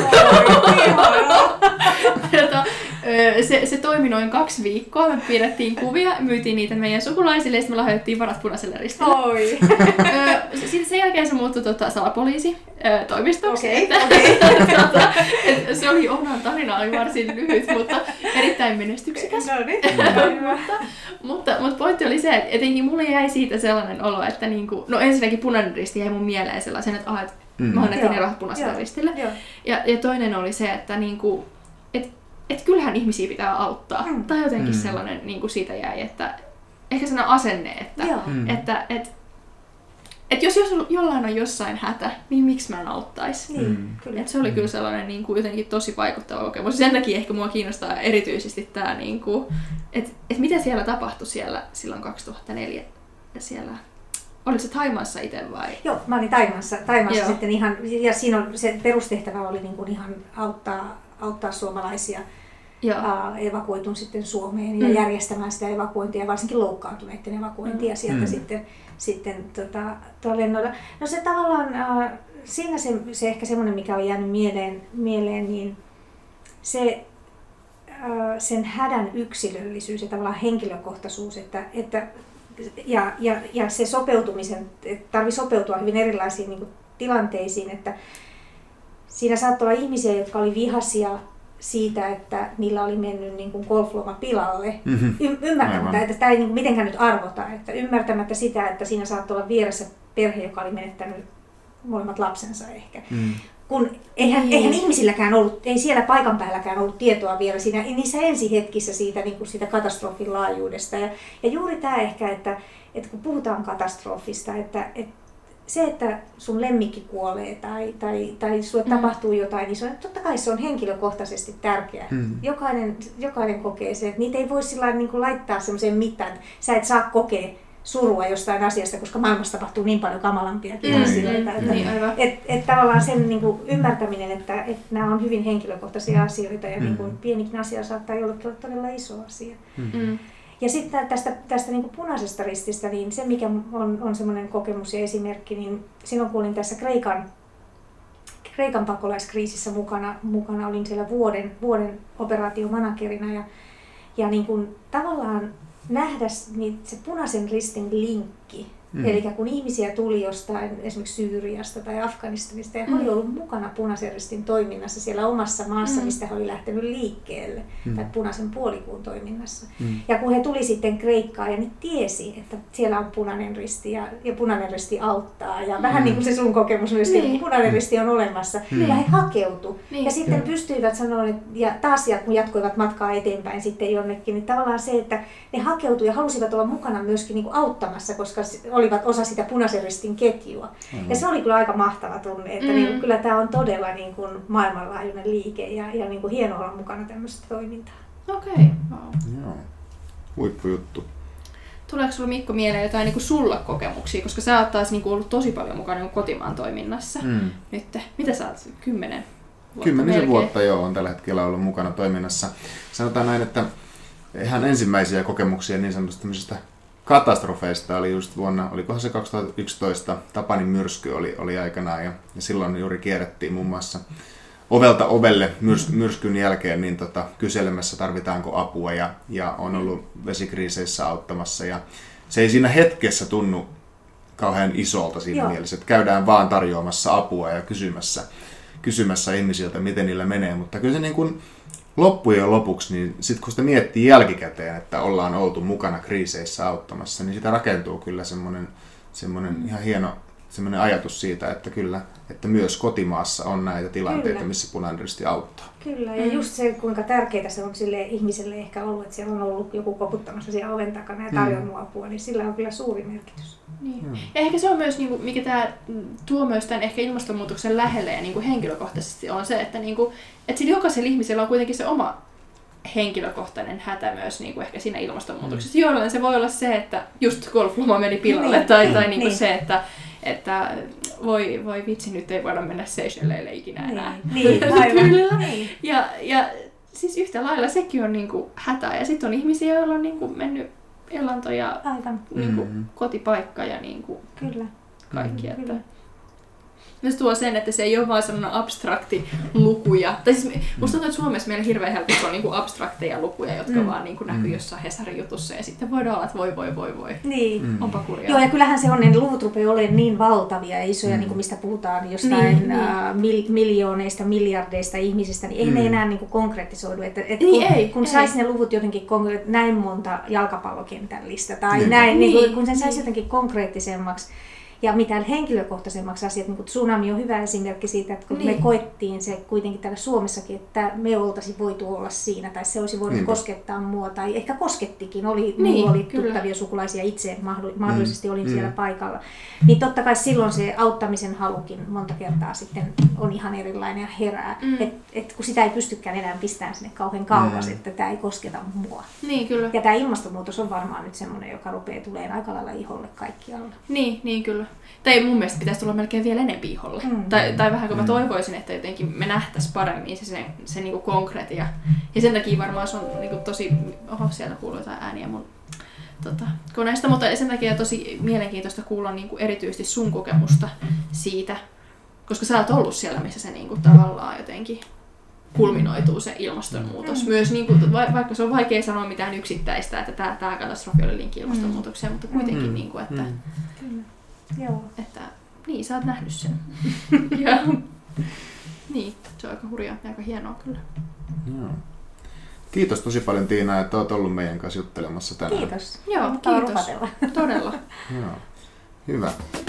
Jota, se, se toimi noin kaksi viikkoa. Me pidettiin kuvia, myytiin niitä meidän sukulaisille ja sitten me lahjoitettiin varat punaiselle ristille. Oi. Sitten sen jälkeen se muuttui tota, salapoliisi toimistoksi. Okay, okay. tota, se oli Onan tarina, oli varsin lyhyt, mutta erittäin menestyksekäs. No niin. mutta, mutta, mutta pointti oli se, että etenkin mulle jäi siitä sellainen olo, että niinku, no ensinnäkin punainen risti jäi mun mieleen sellaisen, että, ah, että mm. mä annettiin ne rahat punaiselle Joo. ristille. Joo. Ja, ja toinen oli se, että niinku, et, et kyllähän ihmisiä pitää auttaa. Mm. Tai jotenkin mm. sellainen niinku siitä jäi, että ehkä sellainen asenne, että, mm. että et, et jos, jos jollain on jossain hätä, niin miksi mä en auttaisi? Mm. Et se oli kyllä sellainen niin kuin, jotenkin tosi vaikuttava kokemus. Sen takia ehkä mua kiinnostaa erityisesti tämä, niin kuin, että et mitä siellä tapahtui siellä silloin kaksituhattaneljä. Ja siellä, olit se Thaimaassa itse vai? Joo, mä olin Thaimaassa. Thaimaassa sitten ihan, ja siinä on, se perustehtävä oli niin kuin ihan auttaa, auttaa suomalaisia uh, evakuoitun sitten Suomeen ja mm. järjestämään sitä evakuointia, varsinkin loukkaantuneiden evakuointia mm. sieltä mm. sitten, sitten tota, lennoilla. No se tavallaan, uh, siinä se, se ehkä semmoinen, mikä on jäänyt mieleen, mieleen niin se uh, sen hädän yksilöllisyys ja tavallaan henkilökohtaisuus, että, että ja, ja, ja se sopeutumisen, tarvitsee sopeutua hyvin erilaisiin niin kuin, tilanteisiin, että siinä saattoi olla ihmisiä, jotka oli vihaisia siitä, että niillä oli mennyt niin kuin golfloma pilalle, mm-hmm. y- ymmärtämättä, Aivan. että tämä ei niin kuin, mitenkään nyt arvota, että ymmärtämättä sitä, että siinä saattoi olla vieressä perhe, joka oli menettänyt molemmat lapsensa ehkä. Mm. Kun eihän, eihän ihmisilläkään ollut, ei siellä paikan päälläkään ollut tietoa vielä siinä, niissä ensihetkissä siitä, niin kuin siitä katastrofin laajuudesta. Ja, ja juuri tämä ehkä, että, että kun puhutaan katastrofista, että, että se, että sun lemmikki kuolee tai, tai, tai sulle mm. tapahtuu jotain, niin se on, totta kai se on henkilökohtaisesti tärkeää. Mm. Jokainen, jokainen kokee se, että niitä ei voi sillä niin kuin laittaa semmoiseen mitään, sä et saa kokea surua jostain asiasta, koska maailmassa tapahtuu niin paljon kamalampiakin mm, asioita. Mm, että, niin, et, et tavallaan sen niin kuin, ymmärtäminen, että et nämä on hyvin henkilökohtaisia asioita ja mm. niin kuin, pienikin asia saattaa jollekin olla todella iso asia. Mm. Ja sitten tästä, tästä niin kuin punaisesta rististä, niin se mikä on, on semmoinen kokemus ja esimerkki, niin silloin kun olin tässä Kreikan, Kreikan pakolaiskriisissä mukana, mukana olin siellä vuoden, vuoden operaatiomanagerina ja, ja niin kuin tavallaan nähdä niin se punaisen ristin linkki. Mm. Eli kun ihmisiä tuli jostain esimerkiksi Syyriasta tai Afganistanista ja he mm. oli ollut mukana punaisen ristin toiminnassa siellä omassa maassa, mm. mistä he oli lähtenyt liikkeelle, mm. tai punaisen puolikuun toiminnassa. Mm. Ja kun he tuli sitten Kreikkaan ja ne tiesi, että siellä on punainen risti ja, ja punainen risti auttaa ja mm. vähän niin kuin se sun kokemus myöskin, niin. että punainen risti on olemassa, mm. niin he hakeutui. Niin. Ja sitten mm. pystyivät sanoa, ja taas kun jatkoivat matkaa eteenpäin sitten jonnekin, niin tavallaan se, että ne hakeutui ja halusivat olla mukana myöskin niin kuin auttamassa, koska olivat osa sitä punaisen ristin ketjua. Mm-hmm. Ja se oli kyllä aika mahtava tunne, että mm-hmm. niin, kyllä tämä on todella niin kuin maailmanlaajuinen liike ja, ja niin kuin hienoa olla mukana tämmöistä toimintaa. Okei, okay. Wow. Joo, huippujuttu. Tuleeko sinulla Mikko mieleen jotain niin kuin sulla kokemuksia, koska sä oot taas niin kuin ollut tosi paljon mukana niin kuin kotimaan toiminnassa mm. nyt. Mitä sä oot? Kymmenen vuotta Kymmenisen melkein. vuotta joo, on tällä hetkellä ollut mukana toiminnassa. Sanotaan näin, että ihan ensimmäisiä kokemuksia niin sanotusti tämmöisistä katastrofeista oli just vuonna, olikohan se kaksituhattayksitoista, Tapanin myrsky oli, oli aikanaan ja, ja silloin juuri kierrettiin muun muassa ovelta ovelle myrs, myrskyn jälkeen niin tota, kyselemässä tarvitaanko apua ja, ja on ollut vesikriiseissä auttamassa ja se ei siinä hetkessä tunnu kauhean isolta siinä Joo. mielessä, että käydään vaan tarjoamassa apua ja kysymässä, kysymässä ihmisiltä miten niillä menee, mutta kyllä se niin kuin loppujen lopuksi, niin sitten kun sitä miettii jälkikäteen, että ollaan oltu mukana kriiseissä auttamassa, niin sitä rakentuu kyllä semmoinen, semmoinen ihan hieno semmoinen ajatus siitä, että kyllä, että myös kotimaassa on näitä tilanteita, kyllä. missä Punainen Risti auttaa. Kyllä, ja just se, kuinka tärkeää se on sille ihmiselle ehkä ollut, että siellä on ollut joku koputtamassa siellä oven takana ja tarjonnut apua, niin sillä on kyllä suuri merkitys. Niin. Hmm. Ja ehkä se on myös, mikä tämä tuo myös tämän ehkä ilmastonmuutoksen lähelle ja niin kuin henkilökohtaisesti on se, että, niin kuin, että sillä jokaisella ihmisellä on kuitenkin se oma henkilökohtainen hätä myös niin kuin ehkä siinä ilmastonmuutoksessa. Mm. Jollain se voi olla se, että just golfloma meni pilalle niin. tai, tai niin kuin niin. se, että, että voi, voi vitsi, nyt ei voida mennä Seychelleille ikinä enää. Niin, aivan. Niin. Ja, ja siis yhtä lailla sekin on niin kuin hätä. Ja sitten on ihmisiä, joilla on niin kuin mennyt elanto ja niin kuin mm-hmm. kotipaikka ja niin kuin Kyllä. kaikki. Mm-hmm. Että myös tuo sen, että se ei ole vain sellainen abstrakti lukuja. Tai siis musta tuntuu, että Suomessa meillä hirveän helposti on niinku abstrakteja lukuja, jotka mm. vaan niinku näkyy jossain Hesarin jutussa ja sitten voidaan olla, että voi voi voi voi. Niin. Mm. Onpa kurjaa. Joo, ja kyllähän se on, ne luvut rupeaa olemaan niin valtavia ja isoja, mm. niin kuin mistä puhutaan jostain niin, äh, mil, miljooneista, miljardeista ihmisistä, niin ei mm. ne enää niin kuin konkretisoidu. Että, et niin kun ei, kun ei. saisi ne luvut jotenkin näin monta jalkapallokentällistä tai niin. näin, niin. Niin, kun sen saisi niin. jotenkin konkreettisemmaksi. Ja mitään henkilökohtaisemmaksi asiat, niin kuin tsunami on hyvä esimerkki siitä, että kun niin. me koettiin se kuitenkin täällä Suomessakin, että me oltaisiin voitu olla siinä, tai se olisi voinut Niinpä. koskettaa mua, tai ehkä koskettikin, oli, niin, oli tuttavia sukulaisia itse, mahdollisesti mm. olin mm. siellä paikalla. Niin totta kai silloin se auttamisen halukin monta kertaa sitten on ihan erilainen ja herää, mm. että et kun sitä ei pystykään enää pistämään sinne kauhean kauas, mm. että tämä ei kosketa mua. Niin, kyllä. Ja tämä ilmastonmuutos on varmaan nyt semmoinen, joka rupeaa tulemaan aika lailla iholle kaikkialla. Niin, niin kyllä. Tai mun mielestä pitäisi tulla melkein vielä enempi iholle. Mm. Tai, tai vähän kun mä toivoisin, että jotenkin me nähtäisiin paremmin se, se, se niinku konkretia. Ja sen takia varmaan se on niinku tosi... Oho, sieltä kuuluu jotain ääniä mun tota, koneesta. Mutta sen takia tosi mielenkiintoista kuulla niinku erityisesti sun kokemusta siitä. Koska sä oot ollut siellä, missä se niinku tavallaan jotenkin kulminoituu se ilmastonmuutos. Mm. Myös niinku, vaikka se on vaikea sanoa mitään yksittäistä, että tämä, tämä katastrofi oli linkki ilmastonmuutokseen, mutta kuitenkin, mm. niinku, että... Mm. Joo. Että, niin, sä oot nähnyt sen. ja, niin, se on aika hurjaa ja aika hienoa kyllä. Joo. Kiitos tosi paljon Tiina, että oot ollut meidän kanssa juttelemassa tänään. Kiitos. Joo, kiitos. Todella. Joo. Hyvä.